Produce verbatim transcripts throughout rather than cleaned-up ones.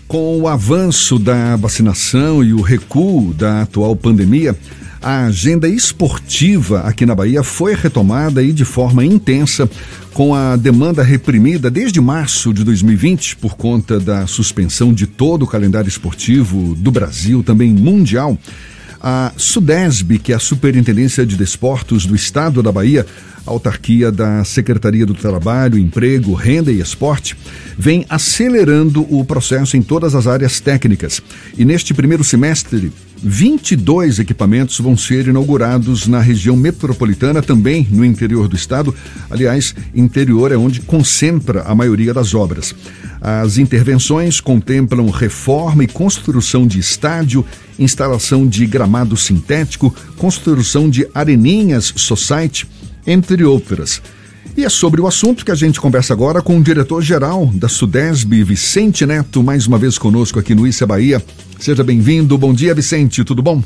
Com o avanço da vacinação e o recuo da atual pandemia, a agenda esportiva aqui na Bahia foi retomada e de forma intensa, com a demanda reprimida desde março de dois mil e vinte por conta da suspensão de todo o calendário esportivo do Brasil, também mundial. A SUDESB, que é a Superintendência de Desportos do Estado da Bahia, autarquia da Secretaria do Trabalho, Emprego, Renda e Esporte, vem acelerando o processo em todas as áreas técnicas. E neste primeiro semestre, vinte e dois equipamentos vão ser inaugurados na região metropolitana, também no interior do estado. Aliás, interior é onde concentra a maioria das obras. As intervenções contemplam reforma e construção de estádio, instalação de gramado sintético, construção de areninhas society, entre outras. E é sobre o assunto que a gente conversa agora com o diretor-geral da SUDESB, Vicente Neto, mais uma vez conosco aqui no Issa Bahia. Seja bem-vindo. Bom dia, Vicente. Tudo bom?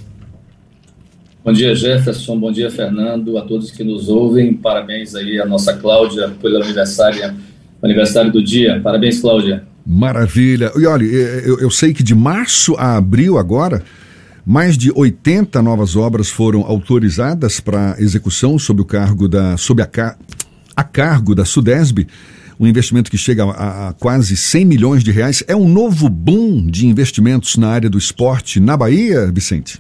Bom dia, Jefferson. Bom dia, Fernando. A todos que nos ouvem. Parabéns aí à nossa Cláudia pelo aniversário, aniversário do dia. Parabéns, Cláudia. Maravilha. E olha, eu, eu sei que de março a abril agora, mais de oitenta novas obras foram autorizadas para execução sob o cargo da, sob a, a cargo da SUDESB, um investimento que chega a, a quase cem milhões de reais. É um novo boom de investimentos na área do esporte na Bahia, Vicente?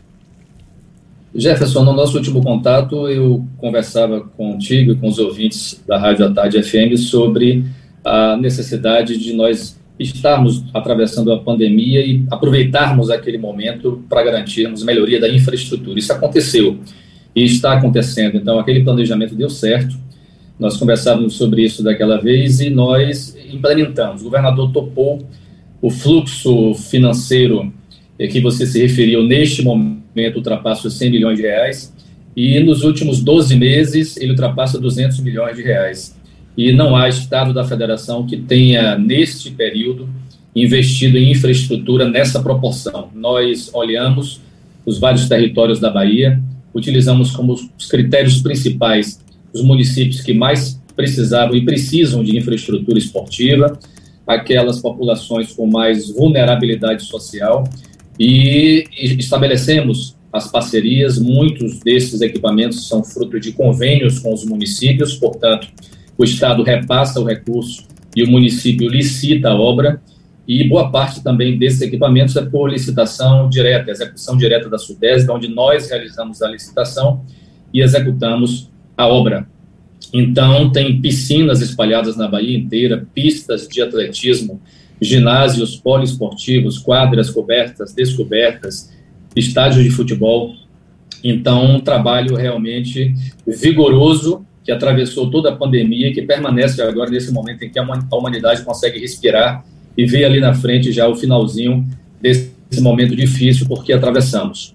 Jefferson, no nosso último contato, eu conversava contigo e com os ouvintes da Rádio à Tarde F M sobre a necessidade de nós estarmos atravessando a pandemia e aproveitarmos aquele momento para garantirmos melhoria da infraestrutura. Isso aconteceu e está acontecendo, então aquele planejamento deu certo. Nós conversávamos sobre isso daquela vez e nós implementamos. O governador topou o fluxo financeiro que você se referiu, neste momento ultrapassa os cem milhões de reais e nos últimos doze meses ele ultrapassa duzentos milhões de reais. E não há estado da federação que tenha, neste período, investido em infraestrutura nessa proporção. Nós olhamos os vários territórios da Bahia, utilizamos como os critérios principais os municípios que mais precisavam e precisam de infraestrutura esportiva, aquelas populações com mais vulnerabilidade social, e estabelecemos as parcerias. Muitos desses equipamentos são fruto de convênios com os municípios, portanto, o Estado repassa o recurso e o município licita a obra, e boa parte também desses equipamentos é por licitação direta, execução direta da SUDESB, onde nós realizamos a licitação e executamos a obra. Então, tem piscinas espalhadas na Bahia inteira, pistas de atletismo, ginásios poliesportivos, quadras cobertas, descobertas, estádios de futebol. Então, um trabalho realmente vigoroso, que atravessou toda a pandemia e que permanece agora nesse momento em que a humanidade consegue respirar e ver ali na frente já o finalzinho desse momento difícil porque atravessamos.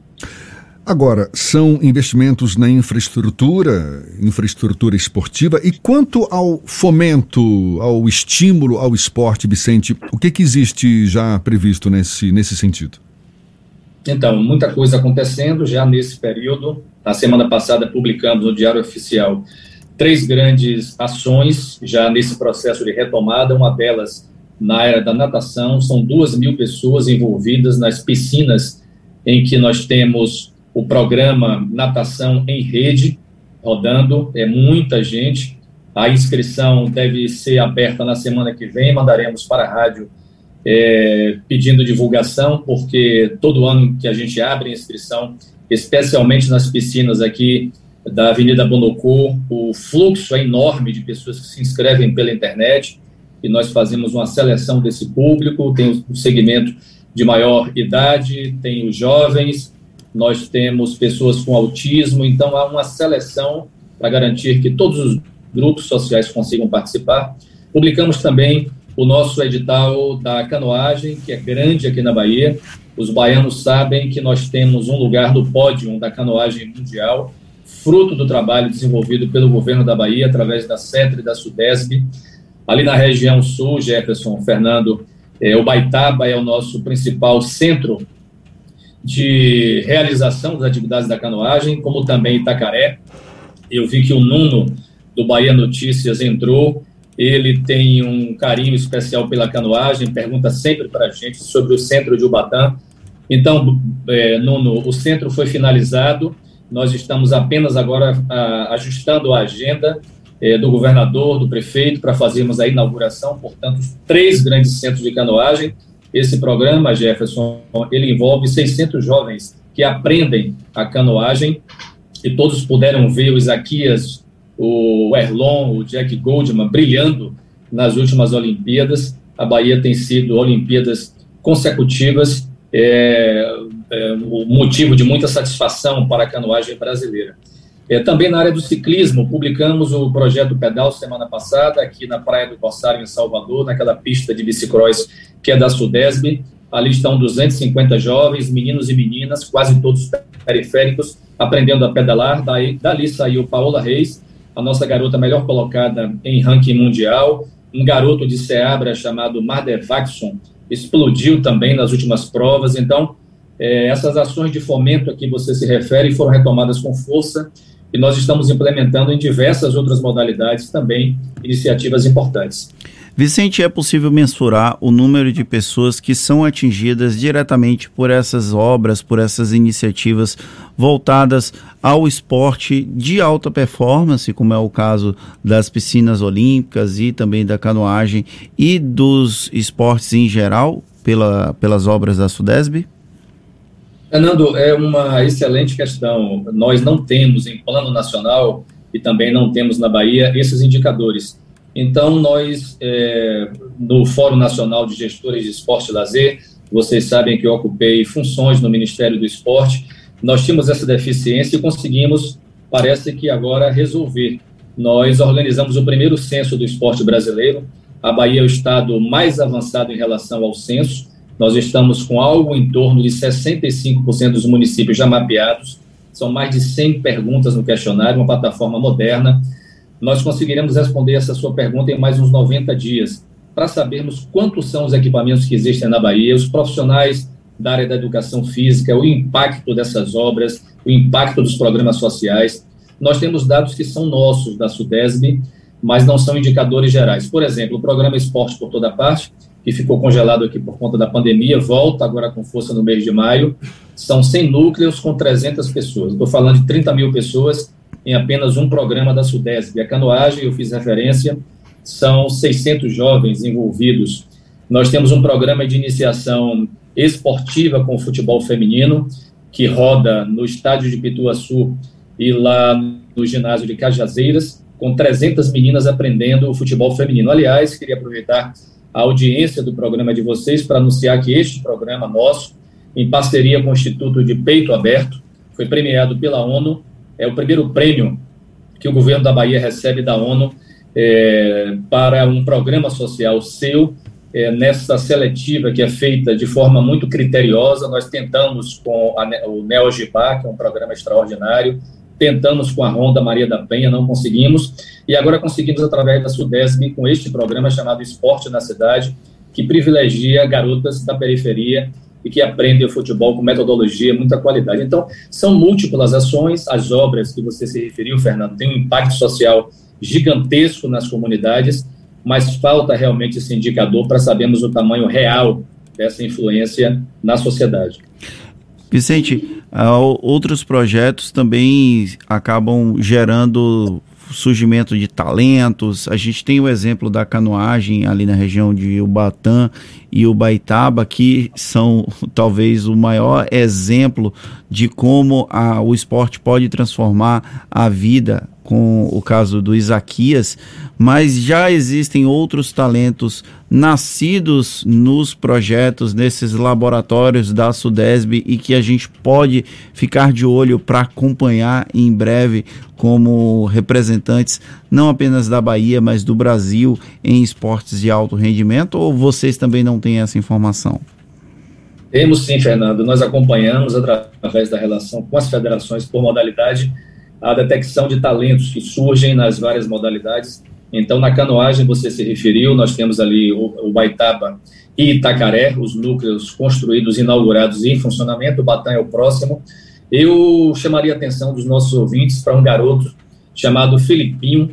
Agora, são investimentos na infraestrutura, infraestrutura esportiva, e quanto ao fomento, ao estímulo ao esporte, Vicente, o que, que existe já previsto nesse, nesse sentido? Então, muita coisa acontecendo já nesse período. Na semana passada publicamos no Diário Oficial três grandes ações já nesse processo de retomada. Uma delas na área da natação, são duas mil pessoas envolvidas nas piscinas em que nós temos o programa Natação em Rede rodando, é muita gente. A inscrição deve ser aberta na semana que vem, mandaremos para a rádio É, pedindo divulgação, porque todo ano que a gente abre inscrição, especialmente nas piscinas aqui da Avenida Bonocô, o fluxo é enorme de pessoas que se inscrevem pela internet e nós fazemos uma seleção desse público. Tem o segmento de maior idade, tem os jovens, nós temos pessoas com autismo, então há uma seleção para garantir que todos os grupos sociais consigam participar. Publicamos também o nosso edital da canoagem, que é grande aqui na Bahia. Os baianos sabem que nós temos um lugar no pódio da canoagem mundial, fruto do trabalho desenvolvido pelo governo da Bahia, através da CETRE e da SUDESB. Ali na região sul, Jefferson, Fernando, é, o Baitaba é o nosso principal centro de realização das atividades da canoagem, como também Itacaré. Eu vi que o Nuno, do Bahia Notícias, entrou ele tem um carinho especial pela canoagem, pergunta sempre para a gente sobre o centro de Ubatã. Então, é, Nuno, o centro foi finalizado, nós estamos apenas agora a, ajustando a agenda é, do governador, do prefeito, para fazermos a inauguração, portanto, três grandes centros de canoagem. Esse programa, Jefferson, ele envolve seiscentos jovens que aprendem a canoagem, e todos puderam ver o Isaquias, o Erlon, o Jack Goldman brilhando nas últimas Olimpíadas. A Bahia tem sido Olimpíadas consecutivas, é, é um motivo de muita satisfação para a canoagem brasileira. É, também na área do ciclismo, publicamos o projeto Pedal semana passada, aqui na Praia do Corsário, em Salvador, naquela pista de bicicross que é da Sudesb. Ali estão duzentos e cinquenta jovens, meninos e meninas, quase todos periféricos, aprendendo a pedalar. Daí, dali saiu Paola Reis, a nossa garota melhor colocada em ranking mundial. Um garoto de Seabra chamado Mardevaxson explodiu também nas últimas provas. Então, é, essas ações de fomento a que você se refere foram retomadas com força, e nós estamos implementando em diversas outras modalidades também iniciativas importantes. Vicente, é possível mensurar o número de pessoas que são atingidas diretamente por essas obras, por essas iniciativas voltadas ao esporte de alta performance, como é o caso das piscinas olímpicas e também da canoagem e dos esportes em geral, pela, pelas obras da Sudesb? Fernando, é uma excelente questão. Nós não temos em plano nacional e também não temos na Bahia esses indicadores. Então, nós, é, no Fórum Nacional de Gestores de Esporte e Lazer, vocês sabem que eu ocupei funções no Ministério do Esporte, nós tínhamos essa deficiência e conseguimos, parece que agora, resolver. Nós organizamos o primeiro censo do esporte brasileiro. A Bahia é o estado mais avançado em relação ao censo. Nós estamos com algo em torno de sessenta e cinco por cento dos municípios já mapeados. São mais de cem perguntas no questionário, uma plataforma moderna. Nós conseguiremos responder essa sua pergunta em mais uns noventa dias, para sabermos quantos são os equipamentos que existem na Bahia, os profissionais da área da educação física, o impacto dessas obras, o impacto dos programas sociais. Nós temos dados que são nossos, da Sudesb, mas não são indicadores gerais. Por exemplo, o programa Esporte por Toda Parte, que ficou congelado aqui por conta da pandemia, volta agora com força no mês de maio. São cem núcleos com trezentas pessoas. Estou falando de trinta mil pessoas em apenas um programa da Sudesb. A canoagem, eu fiz referência, são seiscentos jovens envolvidos. Nós temos um programa de iniciação esportiva com o futebol feminino, que roda no estádio de Pituaçu e lá no ginásio de Cajazeiras, com trezentas meninas aprendendo o futebol feminino. Aliás, queria aproveitar a audiência do programa de vocês para anunciar que este programa nosso, em parceria com o Instituto de Peito Aberto, foi premiado pela ONU. É o primeiro prêmio que o governo da Bahia recebe da ONU é, para um programa social seu, é, nessa seletiva que é feita de forma muito criteriosa. Nós tentamos com a, o NeoGibá, que é um programa extraordinário, tentamos com a Ronda Maria da Penha, não conseguimos, e agora conseguimos através da Sudesb com este programa chamado Esporte na Cidade, que privilegia garotas da periferia e que aprendem o futebol com metodologia, muita qualidade. Então, são múltiplas ações. As obras que você se referiu, Fernando, têm um impacto social gigantesco nas comunidades, mas falta realmente esse indicador para sabermos o tamanho real dessa influência na sociedade. Vicente, outros projetos também acabam gerando surgimento de talentos. A gente tem o exemplo da canoagem ali na região de Ubatã e Ubaitaba, que são talvez o maior exemplo de como a, o esporte pode transformar a vida, com o caso do Isaquias, mas já existem outros talentos nascidos nos projetos, nesses laboratórios da Sudesb, e que a gente pode ficar de olho para acompanhar em breve como representantes não apenas da Bahia, mas do Brasil em esportes de alto rendimento, ou vocês também não têm essa informação? Temos sim, Fernando. Nós acompanhamos através da relação com as federações por modalidade a detecção de talentos que surgem nas várias modalidades. Então, na canoagem, você se referiu, nós temos ali o, o Baitaba e Itacaré, os núcleos construídos, inaugurados e em funcionamento. O Batã é o próximo. Eu chamaria a atenção dos nossos ouvintes para um garoto chamado Filipinho.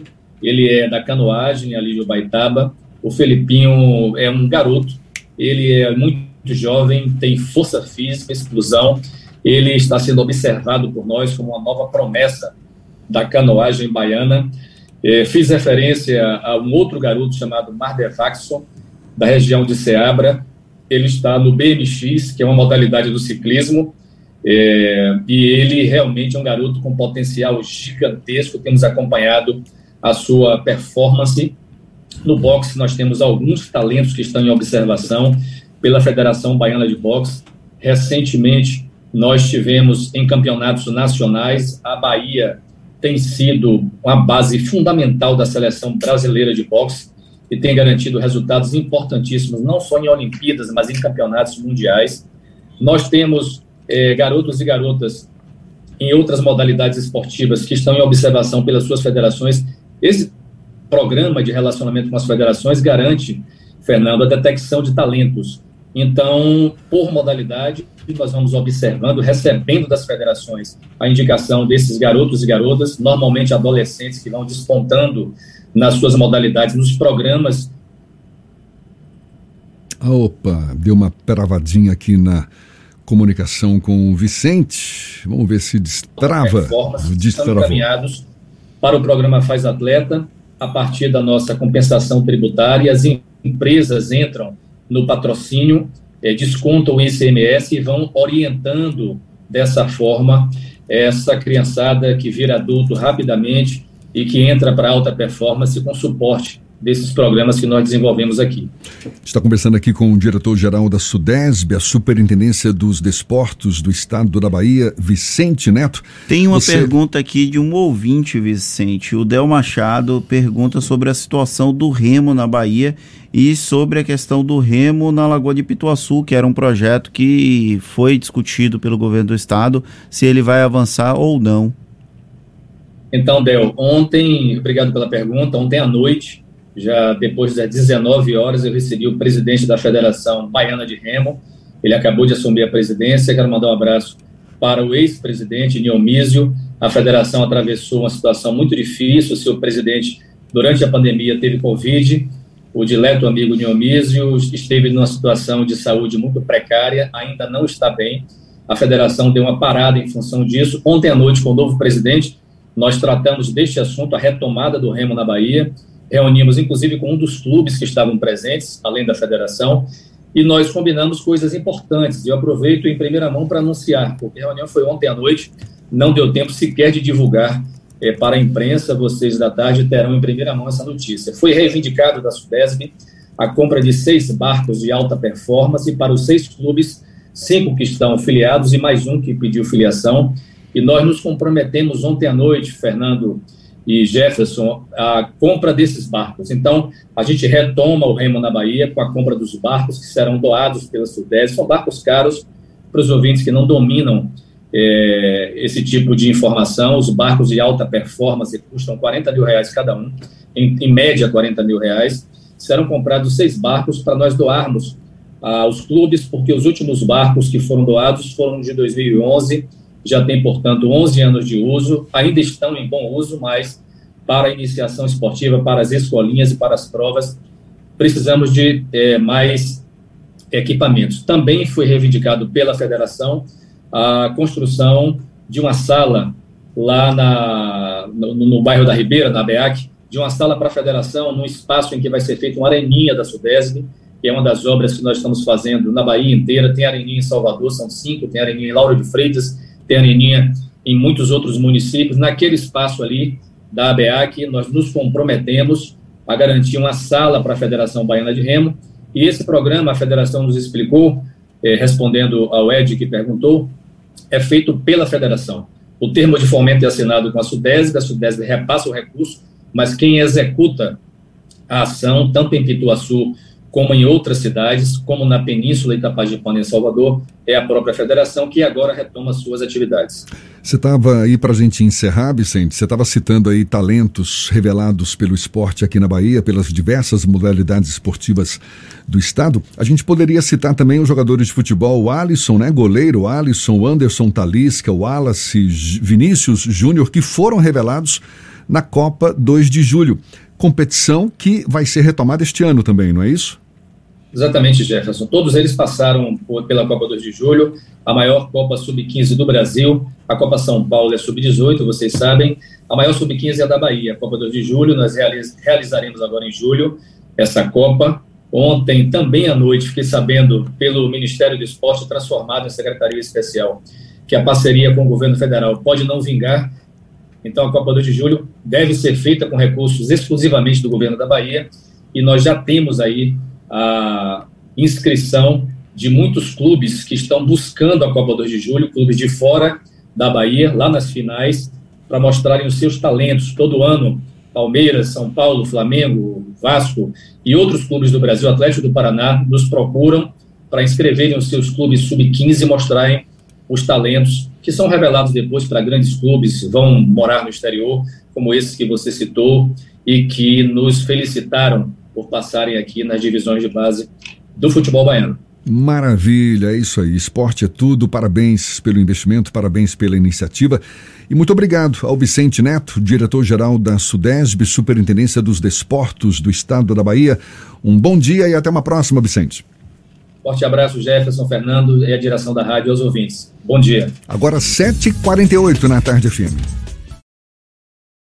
ele é da canoagem ali de Ubaitaba. O Felipinho é um garoto, ele é muito jovem, tem força física, explosão, ele está sendo observado por nós como uma nova promessa da canoagem baiana. É, fiz referência a um outro garoto chamado Mardevaxson, da região de Ceabra. Ele está no B M X, que é uma modalidade do ciclismo, é, e ele realmente é um garoto com potencial gigantesco. Temos acompanhado a sua performance. No boxe, nós temos alguns talentos que estão em observação pela Federação Baiana de Boxe. Recentemente, nós tivemos em campeonatos nacionais. A Bahia tem sido uma base fundamental da seleção brasileira de boxe e tem garantido resultados importantíssimos, não só em Olimpíadas, mas em campeonatos mundiais. Nós temos é, garotos e garotas em outras modalidades esportivas que estão em observação pelas suas federações. Esse programa de relacionamento com as federações garante, Fernando, a detecção de talentos. Então, por modalidade, nós vamos observando, recebendo das federações a indicação desses garotos e garotas, normalmente adolescentes que vão despontando nas suas modalidades, nos programas. Opa, deu uma travadinha aqui na comunicação com o Vicente. Vamos ver se destrava. Estão encaminhados para o programa Faz Atleta. A partir da nossa compensação tributária, as empresas entram no patrocínio, é, descontam o I C M S e vão orientando dessa forma essa criançada que vira adulto rapidamente e que entra para alta performance com suporte desses programas que nós desenvolvemos aqui. Está conversando aqui com o diretor-geral da SUDESB, a Superintendência dos Desportos do Estado da Bahia, Vicente Neto. Tem uma Você... pergunta aqui de um ouvinte, Vicente. O Del Machado pergunta sobre a situação do remo na Bahia e sobre a questão do remo na Lagoa de Pituaçu, que era um projeto que foi discutido pelo governo do estado, se ele vai avançar ou não. Então, Del, ontem, obrigado pela pergunta, ontem à noite, já depois das dezenove horas, eu recebi o presidente da Federação Baiana de Remo. Ele acabou de assumir a presidência. Quero mandar um abraço para o ex-presidente Dionísio. A federação atravessou uma situação muito difícil. O seu presidente, durante a pandemia, teve Covid. O dileto amigo Dionísio esteve numa situação de saúde muito precária, ainda não está bem. A federação deu uma parada em função disso. Ontem à noite, com o novo presidente, nós tratamos deste assunto, a retomada do remo na Bahia. Reunimos, inclusive, com um dos clubes que estavam presentes, além da federação, e nós combinamos coisas importantes. Eu aproveito em primeira mão para anunciar, porque a reunião foi ontem à noite, não deu tempo sequer de divulgar é, para a imprensa. Vocês da tarde terão em primeira mão essa notícia. Foi reivindicado da SUDESB a compra de seis barcos de alta performance para os seis clubes, cinco que estão filiados e mais um que pediu filiação. E nós nos comprometemos ontem à noite, Fernando e Jefferson, a compra desses barcos. Então, a gente retoma o remo na Bahia com a compra dos barcos que serão doados pela SUDESB. São barcos caros para os ouvintes que não dominam é, esse tipo de informação. Os barcos de alta performance custam quarenta mil reais cada um, em, em média quarenta mil reais. Serão comprados seis barcos para nós doarmos aos clubes, porque os últimos barcos que foram doados foram de dois mil e onze, já tem, portanto, onze anos de uso, ainda estão em bom uso, mas para a iniciação esportiva, para as escolinhas e para as provas, precisamos de é, mais equipamentos. Também foi reivindicado pela federação a construção de uma sala lá na, no, no bairro da Ribeira, na B E A C, de uma sala para a federação, num espaço em que vai ser feita uma areninha da SUDESB, que é uma das obras que nós estamos fazendo na Bahia inteira. Tem areninha em Salvador, são cinco, tem areninha em Lauro de Freitas, tem areninha em muitos outros municípios. Naquele espaço ali da A B A C, nós nos comprometemos a garantir uma sala para a Federação Baiana de Remo, e esse programa, a federação nos explicou, eh, respondendo ao Ed que perguntou, é feito pela federação. O termo de fomento é assinado com a SUDESB, a SUDESB repassa o recurso, mas quem executa a ação, tanto em Pituaçu como em outras cidades, como na Península Itapajipana em Salvador, é a própria federação que agora retoma suas atividades. Você estava aí, para a gente encerrar, Vicente, você estava citando aí talentos revelados pelo esporte aqui na Bahia, pelas diversas modalidades esportivas do estado. A gente poderia citar também os jogadores de futebol, o Alisson, né, goleiro, o Alisson, o Anderson Talisca, o Wallace, Vinícius Júnior, que foram revelados na Copa dois de julho. Competição que vai ser retomada este ano também, não é isso? Exatamente, Jefferson. Todos eles passaram por, pela Copa dois de julho, a maior Copa sub quinze do Brasil. A Copa São Paulo é sub dezoito, vocês sabem. A maior sub quinze é a da Bahia. A Copa dois de julho, nós realiz, realizaremos agora em julho essa Copa. Ontem, também à noite, fiquei sabendo pelo Ministério do Esporte, transformado em Secretaria Especial, que a parceria com o governo federal pode não vingar. Então, a Copa dois de julho deve ser feita com recursos exclusivamente do governo da Bahia, e nós já temos aí a inscrição de muitos clubes que estão buscando a Copa dois de julho, clubes de fora da Bahia, lá nas finais, para mostrarem os seus talentos. Todo ano, Palmeiras, São Paulo, Flamengo, Vasco e outros clubes do Brasil, Atlético do Paraná, nos procuram para inscreverem os seus clubes sub quinze e mostrarem os talentos que são revelados depois para grandes clubes, vão morar no exterior, como esses que você citou, e que nos felicitaram por passarem aqui nas divisões de base do futebol baiano. Maravilha, é isso aí. Esporte é tudo. Parabéns pelo investimento, parabéns pela iniciativa. E muito obrigado ao Vicente Neto, diretor-geral da SUDESB, Superintendência dos Desportos do Estado da Bahia. Um bom dia e até uma próxima, Vicente. Forte abraço, Jefferson, Fernando e a direção da rádio e aos ouvintes. Bom dia. Agora sete e quarenta e oito na Tarde F M.